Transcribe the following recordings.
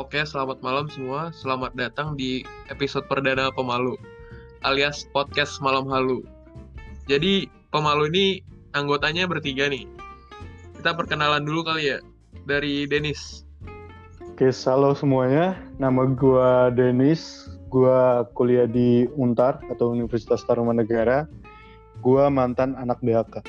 Oke, selamat malam semua. Selamat datang di episode perdana Pemalu, alias podcast Malam Halu. Jadi, Pemalu ini anggotanya bertiga nih. Kita perkenalan dulu kali ya, dari Denis. Oke, halo semuanya. Nama gua Denis. Gua kuliah di Untar atau Universitas Tarumanegara. Gua mantan anak BHK.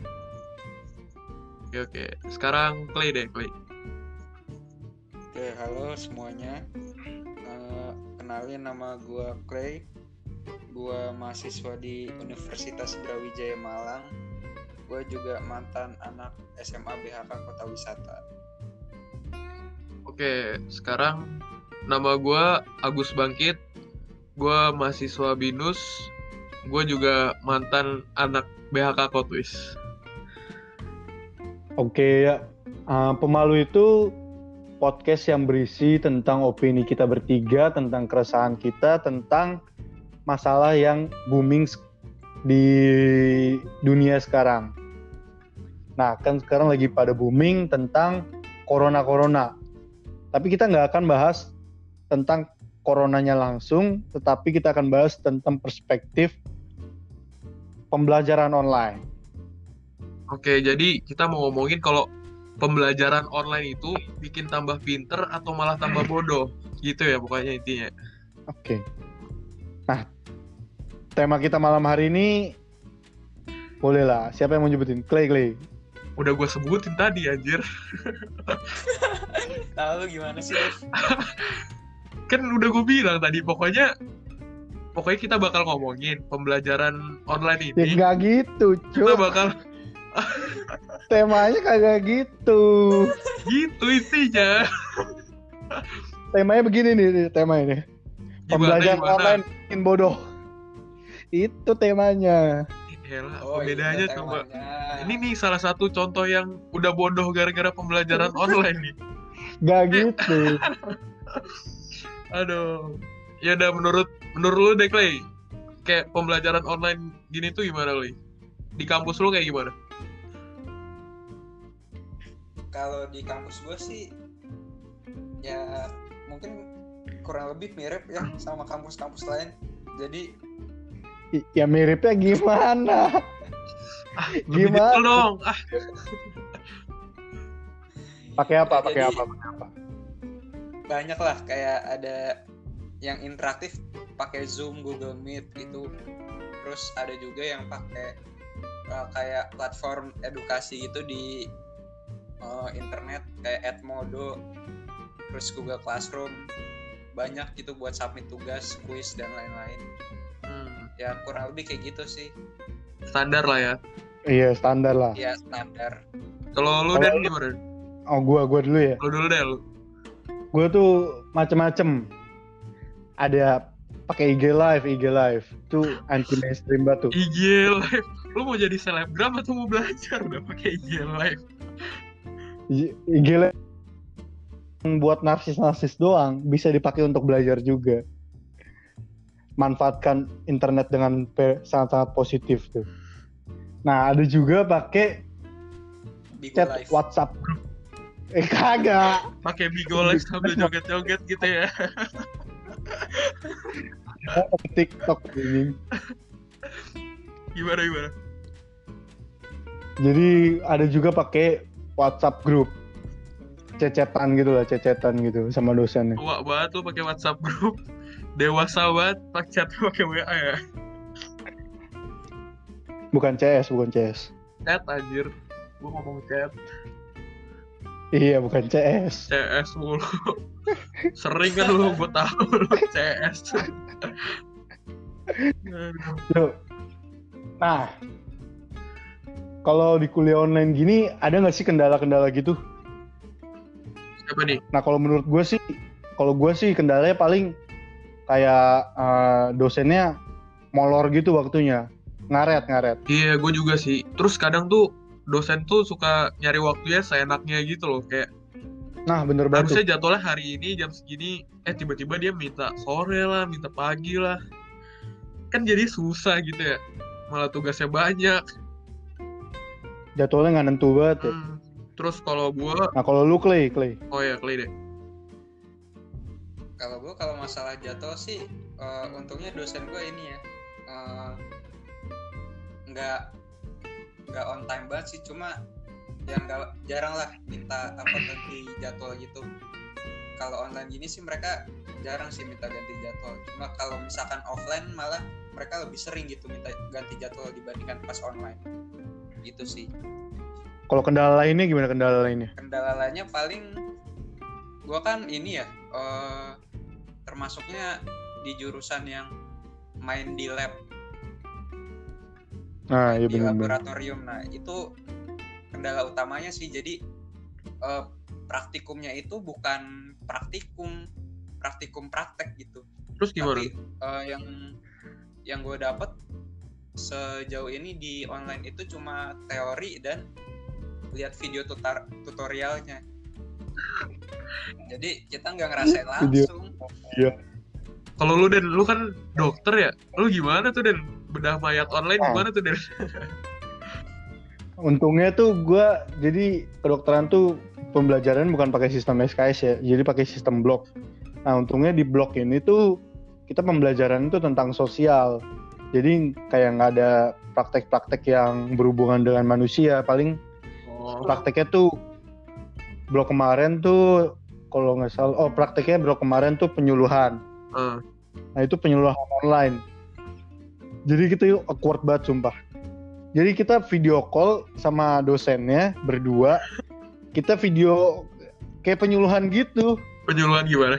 Oke. Sekarang Clay deh, Clay. Oke, halo semuanya. Kenalin, nama gue Clay. Gue mahasiswa di Universitas Brawijaya Malang. Gue juga mantan anak SMA BHK Kota Wisata. Oke, sekarang nama gue Agus Bangkit. Gue mahasiswa BINUS. Gue juga mantan anak BHK Kotwis. Oke, ya. Pemalu itu podcast yang berisi tentang opini kita bertiga, tentang keresahan kita, tentang masalah yang booming di dunia sekarang. Nah, kan sekarang lagi pada booming tentang corona. Tapi kita nggak akan bahas tentang coronanya langsung, tetapi kita akan bahas tentang perspektif pembelajaran online. Oke, jadi kita mau ngomongin kalau pembelajaran online itu bikin tambah pinter atau malah tambah bodoh, gitu ya pokoknya intinya. Oke. Nah, tema kita malam hari ini boleh lah. Siapa yang mau nyebutin? Clay. Udah gue sebutin tadi anjir. Tahu gimana sih, Dev? Kan udah gue bilang tadi, pokoknya kita bakal ngomongin pembelajaran online Ya ini. nggak gitu, Kita cuy. bakal Temanya kagak gitu. gitu intinya. Temanya begini nih temanya. Pembelajaran online bikin bodoh. Itu temanya. Yalah, Oh, bedanya iya, coba. temanya. Ini nih salah satu contoh yang udah bodoh gara-gara pembelajaran online nih. Gak gitu. Aduh. Ya udah, menurut lu deh, Clay, kayak pembelajaran online gini tuh gimana, Clay? Di kampus lu kayak gimana? Kalau di kampus gue sih, ya mungkin kurang lebih mirip ya sama kampus-kampus lain. Jadi Ya miripnya gimana? Lebih Gimana? detail dong. Pakai apa? banyak lah, kayak ada yang interaktif pakai Zoom, Google Meet gitu. Terus ada juga yang pakai kayak platform edukasi gitu di internet kayak Edmodo, terus Google Classroom. Banyak gitu buat submit tugas, kuis dan lain-lain. Ya kurang lebih kayak gitu sih. Standar lah ya. Iya, standar lah. Ya standar. Kalau lu Dan gimana? Oh, gua dulu ya. Lu dulu deh lu. Gue tuh macem-macem. Ada pakai IG live tuh anti mainstream banget tuh. IG live. Lu mau jadi selebgram atau mau belajar udah pakai IG live? IG live buat narsis doang, bisa dipakai untuk belajar juga. Manfaatkan internet dengan sangat-sangat positif tuh. Nah, ada juga pakai Bigo chat Live. WhatsApp. Kagak. Pakai Bigo Live sambil joget-joget gitu ya. TikTok ini. Gimana? Jadi ada juga pakai WhatsApp group. Cecetan gitu sama dosennya. Tua banget lu pakai WhatsApp group. Dewasa banget pakai WA ya. Bukan CS. Chat anjir. Gua ngomong chat. Iya, bukan CS. CS mulu. Sering kan lu, gue tahu lu CS. Yuk. Nah, kalau di kuliah online gini ada nggak sih kendala-kendala gitu? Siapa nih? Nah, kalau menurut gue sih kendalanya paling kayak dosennya molor gitu waktunya, ngaret. Iya, gue juga sih. Terus kadang tuh dosen tuh suka nyari waktunya seenaknya gitu loh, kayak nah bener banget. Harusnya jadwalnya hari ini jam segini, tiba-tiba dia minta sore lah, minta pagi lah. Kan jadi susah gitu ya. Malah tugasnya banyak. Jadwalnya nggak nentu banget ya. Terus kalau gue, Nah kalau lu Clay. oh ya Clay deh. Kalau masalah jadwal sih untungnya dosen gue ini ya nggak on time banget sih, cuma yang jarang lah minta ganti jadwal gitu. Kalau online gini sih mereka jarang sih minta ganti jadwal, cuma kalau misalkan offline malah mereka lebih sering gitu minta ganti jadwal dibandingkan pas online gitu sih. Kalau kendala lainnya gimana kendala lainnya? Kendala lainnya paling gue kan ini ya termasuknya di jurusan yang main di lab, Iya di benar. laboratorium. Nah itu kendala utamanya sih. Jadi praktikumnya itu bukan praktikum praktek gitu. Terus gimana? Tapi yang gue dapet sejauh ini di online itu cuma teori dan lihat video tutorialnya. Jadi kita nggak ngerasain langsung. Iya. Kalau lu Den, lu kan dokter ya, lu gimana tuh Den? Bedah mayat online gimana tuh Den? Untungnya tuh gue jadi kedokteran tuh pembelajaran bukan pakai sistem SKS ya, jadi pakai sistem blok. Nah untungnya di blok ini tuh kita pembelajaran itu tentang sosial, jadi kayak nggak ada praktek-praktek yang berhubungan dengan manusia. Paling prakteknya tuh blok kemarin tuh kalau nggak salah, prakteknya blok kemarin tuh penyuluhan. Nah itu penyuluhan online. Jadi kita awkward banget sumpah. Jadi kita video call sama dosennya berdua. Kita video kayak penyuluhan gitu. Penyuluhan gimana?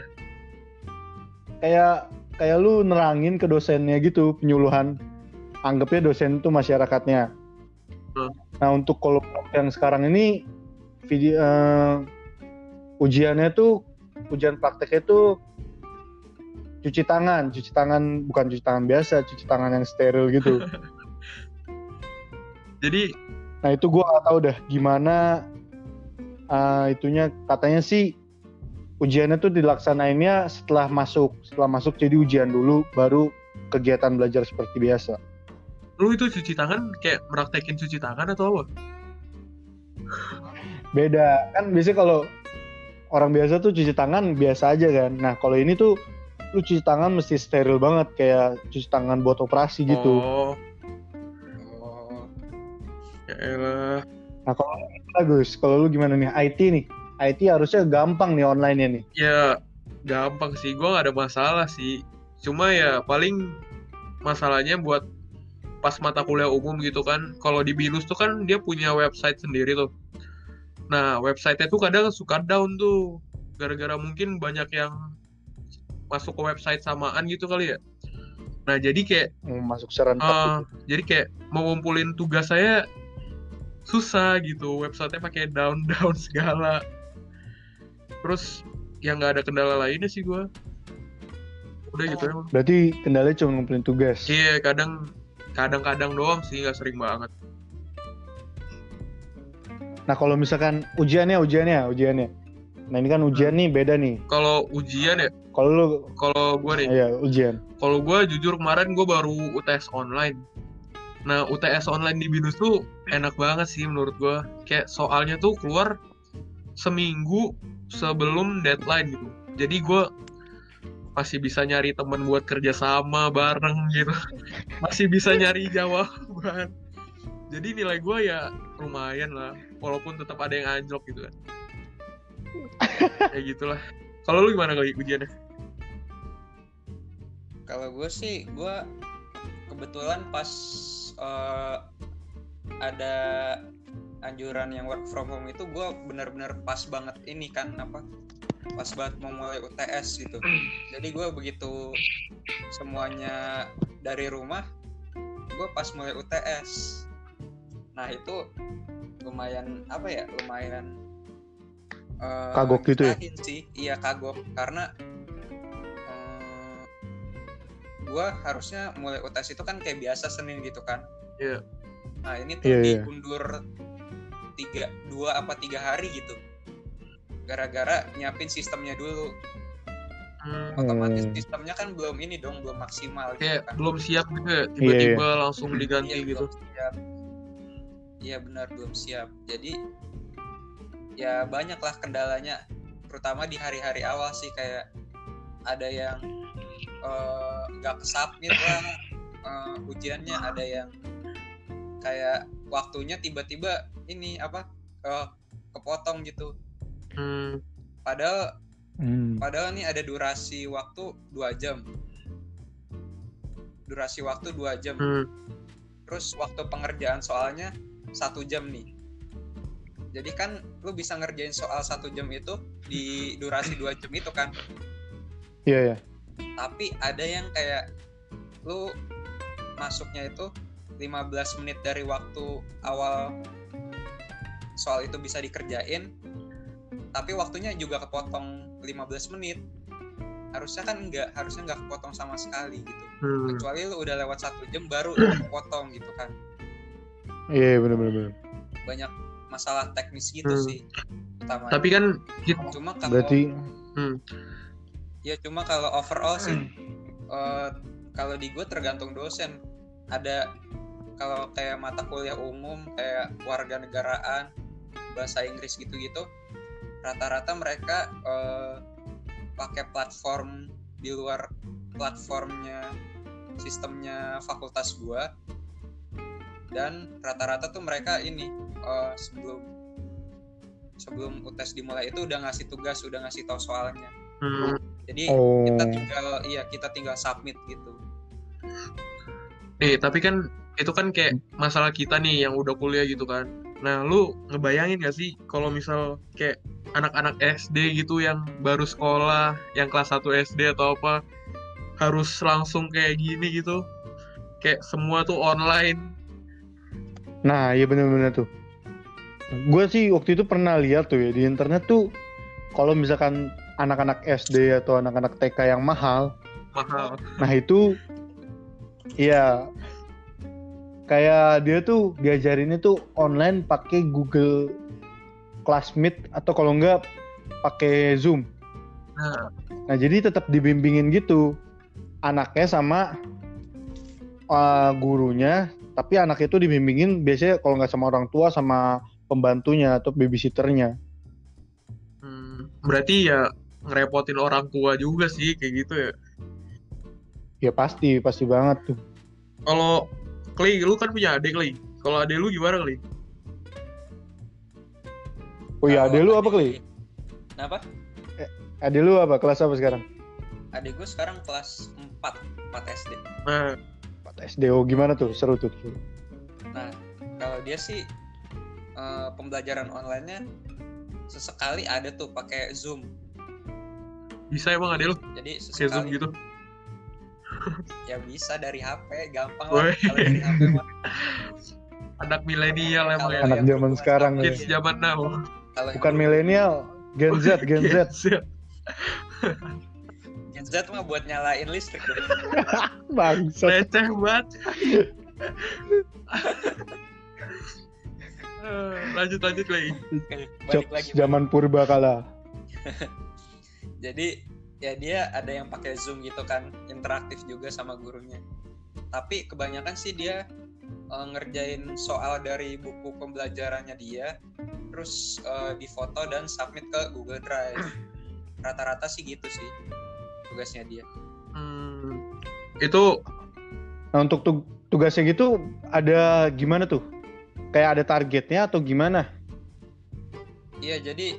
Kayak lu nerangin ke dosennya gitu, penyuluhan. Anggapnya dosen itu masyarakatnya. Nah untuk kalau yang sekarang ini video ujian prakteknya tuh cuci tangan bukan cuci tangan biasa, cuci tangan yang steril gitu. Jadi, nah itu gue nggak tahu dah gimana itunya. Katanya sih ujiannya tuh dilaksanainnya setelah masuk jadi ujian dulu, baru kegiatan belajar seperti biasa. Lu itu cuci tangan kayak meraktekin cuci tangan atau apa? Beda kan, biasanya kalau orang biasa tuh cuci tangan biasa aja kan. Nah kalau ini tuh lu cuci tangan mesti steril banget, kayak cuci tangan buat operasi gitu. Ya elah. Nah kalau bagus, kalau lu gimana nih? IT harusnya gampang nih online-nya nih. Ya gampang sih, gue gak ada masalah sih. Cuma ya paling masalahnya buat pas mata kuliah umum gitu kan. Kalau di BINUS tuh kan dia punya website sendiri tuh. Nah website-nya tuh kadang suka down tuh, gara-gara mungkin banyak yang masuk ke website samaan gitu kali ya. Nah jadi kayak masuk serentak gitu. Jadi kayak mau ngumpulin tugas saya susah gitu, websitenya pakai down segala. Terus yang nggak ada kendala lainnya sih gue. Udah gitu emang. Berarti kendalanya cuma ngumpulin tugas. Iya, kadang-kadang doang sih, nggak sering banget. Nah kalau misalkan ujiannya. Nah ini kan ujian nih beda nih. Kalau ujian ya? Kalau gue nih. Iya ujian. Kalau gue jujur kemarin gue baru UTS online. Nah UTS online di BINUS tuh enak banget sih menurut gue. Kayak soalnya tuh keluar seminggu sebelum deadline gitu. Jadi gue masih bisa nyari teman buat kerja sama bareng gitu. Masih bisa nyari jawaban. Jadi nilai gue ya lumayan lah, walaupun tetap ada yang anjlok gitu kan. Kayak gitulah. Kalau lu gimana kali ujiannya? Kalau gue sih, gue kebetulan pas ada anjuran yang work from home itu, gue benar-benar pas banget ini kan pas banget mau mulai UTS gitu. Jadi gue begitu semuanya dari rumah, gue pas mulai UTS. Nah itu lumayan kagok gitu ya? Sih. Iya kagok, karena gue harusnya mulai UTS itu kan kayak biasa Senin gitu kan. Iya. Nah ini tuh diundur 2 apa 3 hari gitu, gara-gara nyiapin sistemnya dulu. Otomatis sistemnya kan belum maksimal kayak gitu kan. Belum siap gitu ya, tiba-tiba langsung diganti gitu. Iya benar, belum siap. Jadi ya banyaklah kendalanya, terutama di hari-hari awal sih, kayak ada yang nggak kesubmit lah ujiannya, ada yang kayak waktunya tiba-tiba ini kepotong gitu. Padahal nih ada durasi waktu 2 jam. Terus waktu pengerjaan soalnya 1 jam nih. Jadi kan lu bisa ngerjain soal 1 jam itu di durasi 2 jam itu kan. Iya. Tapi ada yang kayak lu masuknya itu 15 menit dari waktu awal soal itu bisa dikerjain, tapi waktunya juga kepotong 15 menit. Harusnya nggak kepotong sama sekali gitu. Kecuali lu udah lewat 1 jam baru kepotong gitu kan. Iya, benar. Banyak masalah teknis gitu sih utamanya. Tapi kan cuma kalau berarti cuma kalau overall sih kalau di gue tergantung dosen. Ada kalau kayak mata kuliah umum kayak warganegaraan, bahasa Inggris gitu-gitu, rata-rata mereka pakai platform di luar platformnya sistemnya fakultas gue. Dan rata-rata tuh mereka ini sebelum UTS dimulai itu udah ngasih tugas, udah ngasih tahu soalnya. Jadi kita tinggal submit gitu. Tapi kan itu kan kayak masalah kita nih yang udah kuliah gitu kan. Nah, lu ngebayangin gak sih kalau misal kayak anak-anak SD gitu yang baru sekolah, yang kelas 1 SD atau apa, harus langsung kayak gini gitu, kayak semua tuh online. Nah, iya benar-benar tuh. Gue sih waktu itu pernah lihat tuh ya di internet tuh, kalau misalkan anak-anak SD atau anak-anak TK yang mahal. Nah itu, ya kayak dia tuh diajarinnya tuh online pakai Google Classmeet atau kalau enggak pakai Zoom. Nah jadi tetap dibimbingin gitu anaknya sama gurunya. Tapi anaknya itu dibimbingin biasanya kalau nggak sama orang tua, sama pembantunya atau babysitternya. Berarti ya ngerepotin orang tua juga sih kayak gitu ya. Ya pasti banget tuh. Kalau Clay, lu kan punya adik, Clay. Kalau adik lu gimana, Clay? Oh iya, adik lu apa, Clay? Kenapa? Adik lu apa? Kelas apa sekarang? Adik gue sekarang kelas 4 SD. Nah, SD, oh gimana tuh? Seru tuh. Nah, kalau dia sih pembelajaran online-nya sesekali ada tuh pakai Zoom. Bisa emang ada lu? Jadi sesekali Zoom gitu? Ya bisa dari HP, gampang lah kalau dari HP mah. Anak milenial emang ya. Anak zaman sekarang ya. Kids zaman now. Bukan milenial, Gen Z. Gen Z mah buat nyalain listrik. Bangsat. Receh banget. Lanjut lagi. Balik lagi. Zaman purba kala. Jadi ya dia ada yang pakai Zoom gitu kan, interaktif juga sama gurunya. Tapi kebanyakan sih dia ngerjain soal dari buku pembelajarannya dia, terus difoto dan submit ke Google Drive. Rata-rata sih gitu sih tugasnya dia. Itu untuk tugasnya gitu ada gimana tuh? Kayak ada targetnya atau gimana? Iya, jadi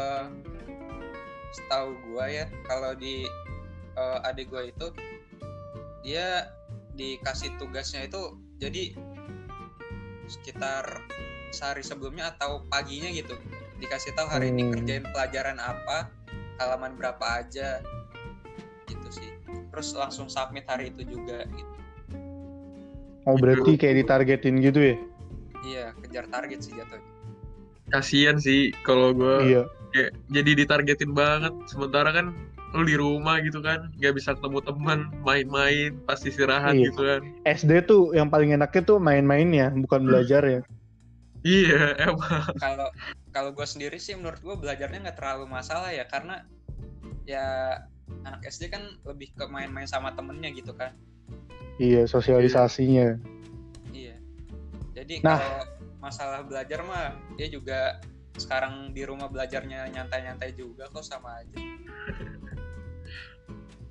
setahu gue ya, kalau di adik gue itu dia dikasih tugasnya itu jadi sekitar sehari sebelumnya atau paginya gitu, dikasih tahu hari ini kerjain pelajaran apa, halaman berapa aja gitu sih, terus langsung submit hari itu juga gitu. Oh berarti kayak ditargetin gitu ya? Iya, kejar target sih jatuhnya. Kasian sih kalau gue. Iya. Kayak jadi ditargetin banget, sementara kan lu di rumah gitu kan, nggak bisa ketemu teman, main-main, pasti istirahat gitu kan. SD tuh yang paling enaknya tuh main-mainnya, bukan belajar ya. Iya emang. Kalau gue sendiri sih menurut gue belajarnya nggak terlalu masalah ya, karena ya anak SD kan lebih ke main-main sama temennya gitu kan. Iya, sosialisasinya. Iya. Jadi kalau masalah belajar mah dia juga sekarang di rumah belajarnya nyantai-nyantai juga kok, sama aja.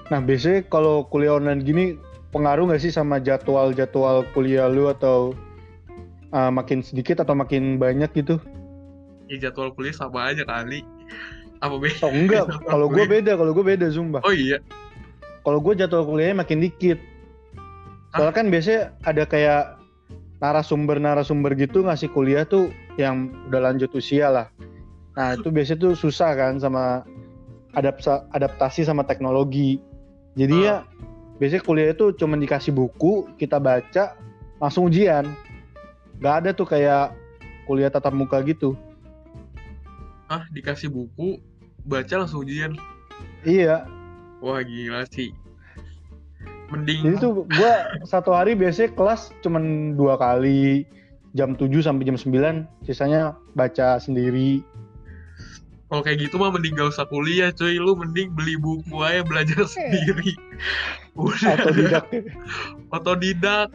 Nah, biasanya kalau kuliah online gini pengaruh nggak sih sama jadwal kuliah lu atau makin sedikit atau makin banyak gitu? Ya jadwal kuliah sama aja kali. Apa beda Oh enggak, jadwal kalau kuliah? gue beda Zumba. Oh iya. Kalau gue jadwal kuliahnya makin dikit. Soalnya Ah, kan biasanya ada kayak narasumber gitu ngasih kuliah tuh yang udah lanjut usia lah. Nah itu biasanya tuh susah kan sama adaptasi sama teknologi. Jadi ah, ya biasanya kuliah itu cuma dikasih buku, kita baca, langsung ujian. Gak ada tuh kayak kuliah tatap muka gitu. dikasih buku, baca langsung ujian. Iya, Wah gila sih. jadi Mending tuh gue satu hari biasanya kelas cuma 2 kali, jam 7 sampai jam 9, sisanya baca sendiri. kalau kayak gitu mah mending gak usah kuliah cuy. Lu mending beli buku aja belajar sendiri. Udah Autodidak ya. otodidak.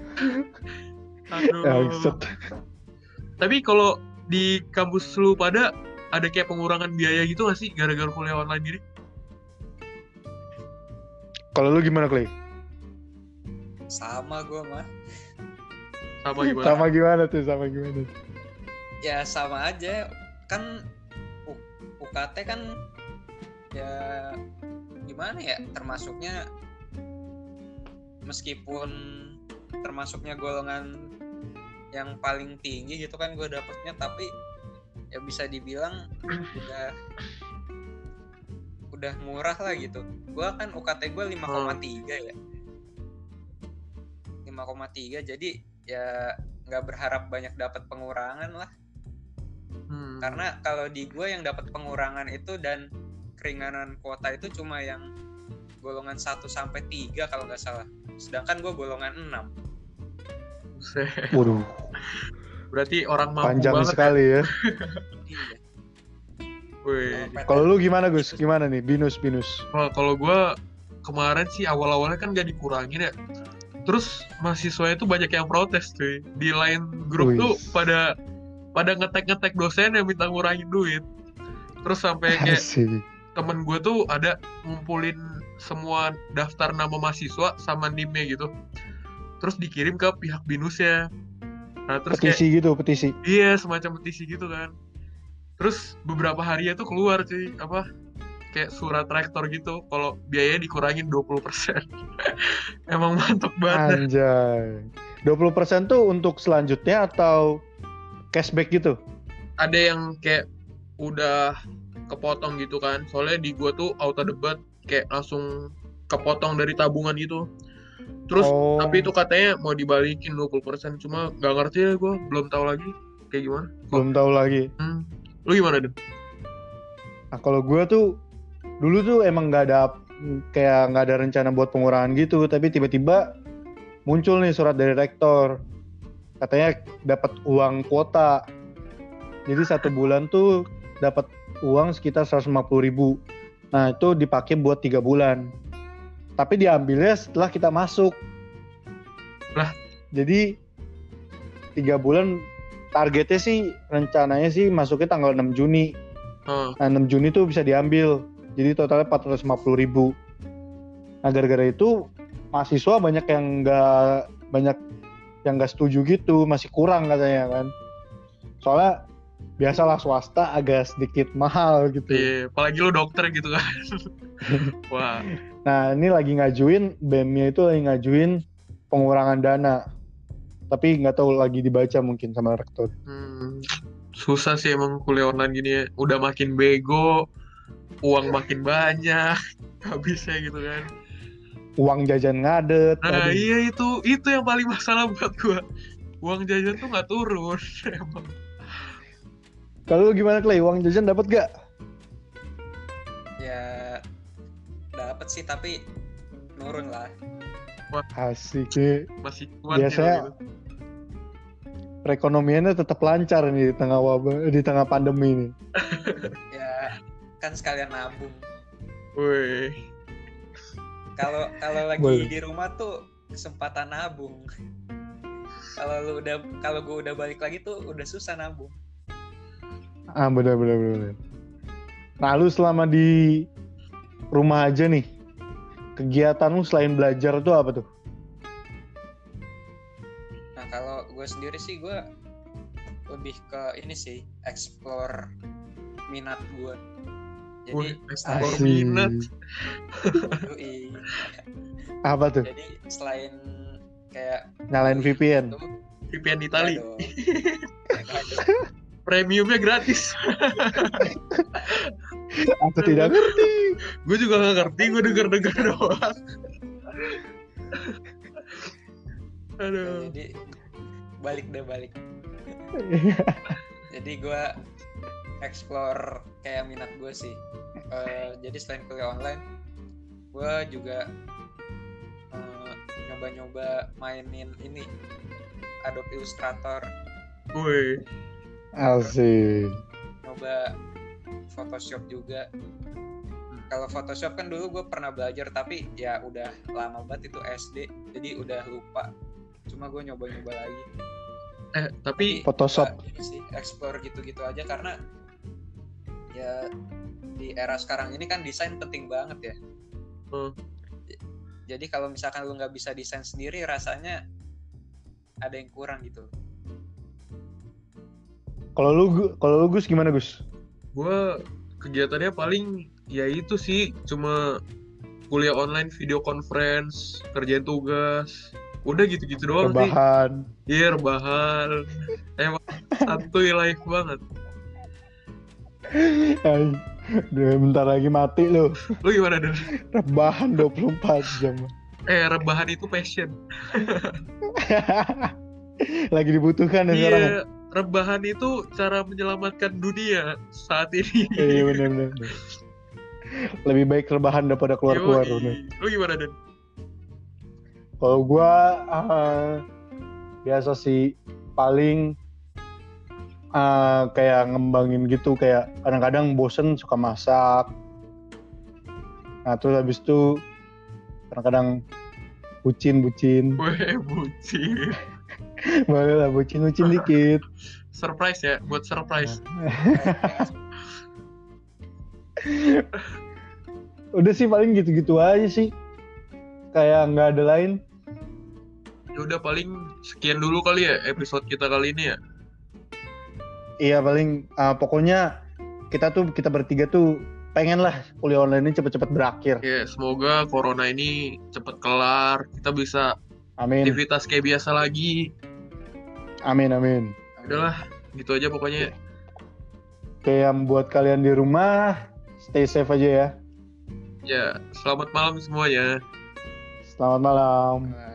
Ya, Aduh. Tapi kalau di kampus lu pada ada kayak pengurangan biaya gitu gak sih gara-gara kuliah online gini? kalau lu gimana, Clay? Sama gue mah. Sama gimana? Sama gimana? Ya sama aja. Kan UKT kan ya gimana ya, termasuknya meskipun termasuknya golongan yang paling tinggi gitu kan gue dapetnya, tapi ya bisa dibilang udah murah lah gitu. Gue kan UKT gue 5,3 ya. 5,3, jadi ya nggak berharap banyak dapat pengurangan lah. Karena kalau di gue yang dapat pengurangan itu dan keringanan kuota itu cuma yang golongan 1 sampai 3 kalau nggak salah. Sedangkan gue golongan 6. Buset. Waduh, Berarti orang mampu panjang banget sekali ya. Iya. Wih. Kalau lu gimana, Gus? Gimana nih? Binus. Kalau gue kemarin sih awal-awalnya kan gak dikurangin ya. Terus mahasiswanya tuh banyak yang protes cuy. Di line grup tuh pada ngetek dosen yang minta ngurangin duit. Terus sampai kayak Asik. temen gue tuh ada ngumpulin semua daftar nama mahasiswa sama NIM-nya gitu. Terus dikirim ke pihak binusnya. Nah terus Petisi kayak gitu, petisi. iya semacam petisi gitu kan. Terus beberapa hari tuh keluar cuy kayak surat rektor gitu kalau biayanya dikurangin 20%. Emang mantap banget. Anjay. 20% tuh untuk selanjutnya atau cashback gitu? Ada yang kayak udah kepotong gitu kan. Soalnya di gua tuh auto debat kayak langsung kepotong dari tabungan gitu. Terus tapi itu katanya mau dibalikin 20%, cuma nggak ngerti ya gue, belum tahu lagi kayak gimana. Belum tahu lagi. Lu gimana, Den? Nah, kalau gue tuh dulu tuh emang nggak ada rencana buat pengurangan gitu, tapi tiba-tiba muncul nih surat dari rektor, katanya dapat uang kuota. Jadi 1 bulan tuh dapat uang sekitar 150.000. Nah itu dipakai buat 3 bulan. Tapi diambilnya setelah kita masuk. Lah? Jadi 3 bulan targetnya sih, rencananya sih masuknya tanggal 6 Juni. Nah 6 Juni tuh bisa diambil. Jadi totalnya 450.000. Nah gara-gara itu mahasiswa banyak yang nggak setuju gitu, masih kurang katanya kan. Soalnya biasalah swasta agak sedikit mahal gitu. Iya, apalagi lu dokter gitu kan. Wah. Nah ini lagi ngajuin, BEM-nya itu lagi ngajuin pengurangan dana. Tapi nggak tahu lagi dibaca mungkin sama rektor. Susah sih emang kuliah online gini ya. Udah makin bego, uang makin banyak, habisnya gitu kan. Uang jajan ngadet. Nah iya itu yang paling masalah buat gua. Uang jajan tuh nggak turun emang. Kalau lu gimana, Clay? Uang jajan dapat gak? Ya dapat sih, tapi nurun lah. Wah, asik ya. Masih kuat biasanya gitu. Perekonomiannya tetap lancar nih di tengah pandemi ini. Ya kan sekalian nabung. Woi. Kalau lagi di rumah tuh kesempatan nabung. Kalau gue udah balik lagi tuh udah susah nabung. Bener. Nah lu selama di rumah aja nih, kegiatan lu selain belajar tuh apa tuh? Nah kalau gue sendiri sih gue lebih ke ini sih, explore minat gue. Jadi explore Asik. minat. Yoi. Apa tuh? Jadi selain kayak Nyalain VPN. itu, VPN Itali. ya dong. Premiumnya gratis. Aku tidak ngerti. Gue juga gak ngerti, gue denger doang. Aduh. Jadi balik. Jadi gue explore kayak minat gue sih. Jadi selain kuliah online, gue juga nyoba-nyoba mainin ini Adobe Illustrator, Woi. Asik. nyoba Photoshop juga. Kalau Photoshop kan dulu gue pernah belajar tapi ya udah lama banget, itu SD, jadi udah lupa. Cuma gue nyoba-nyoba lagi. Tapi Photoshop. Ini sih explore gitu-gitu aja karena ya di era sekarang ini kan desain penting banget ya. Jadi kalau misalkan lu nggak bisa desain sendiri, rasanya ada yang kurang gitu. Kalau lu Gus gimana Gus? gue kegiatannya paling ya itu sih, cuma kuliah online, video conference, kerjain tugas, udah gitu-gitu doang sih. Rebahan. Iya, rebahan. Emang santuy life banget. Ay, udah bentar lagi mati lu. Lu gimana, Den? Rebahan 24 jam. Rebahan itu passion. Lagi dibutuhkan ya sekarang. Iya, rebahan itu cara menyelamatkan dunia saat ini. Iya benar. Lebih baik rebahan daripada keluar-keluar. Yoi. Bener. Lu gimana, Den? Kalau gua biasa sih paling kayak ngembangin gitu, kayak kadang-kadang bosen suka masak. Nah terus habis itu kadang-kadang bucin. Weh, bucin. Boleh lah bucin dikit. Surprise ya, buat surprise. Udah sih paling gitu-gitu aja sih. Kayak nggak ada lain. Ya udah, paling sekian dulu kali ya episode kita kali ini ya. Iya paling pokoknya kita bertiga tuh pengen lah kuliah online ini cepet-cepet berakhir. Ya, semoga corona ini cepet kelar, kita bisa Amin. aktivitas kayak biasa lagi. Amin. Udahlah, gitu aja pokoknya. Kayak buat kalian di rumah stay safe aja ya. Ya, selamat malam semuanya. Selamat malam.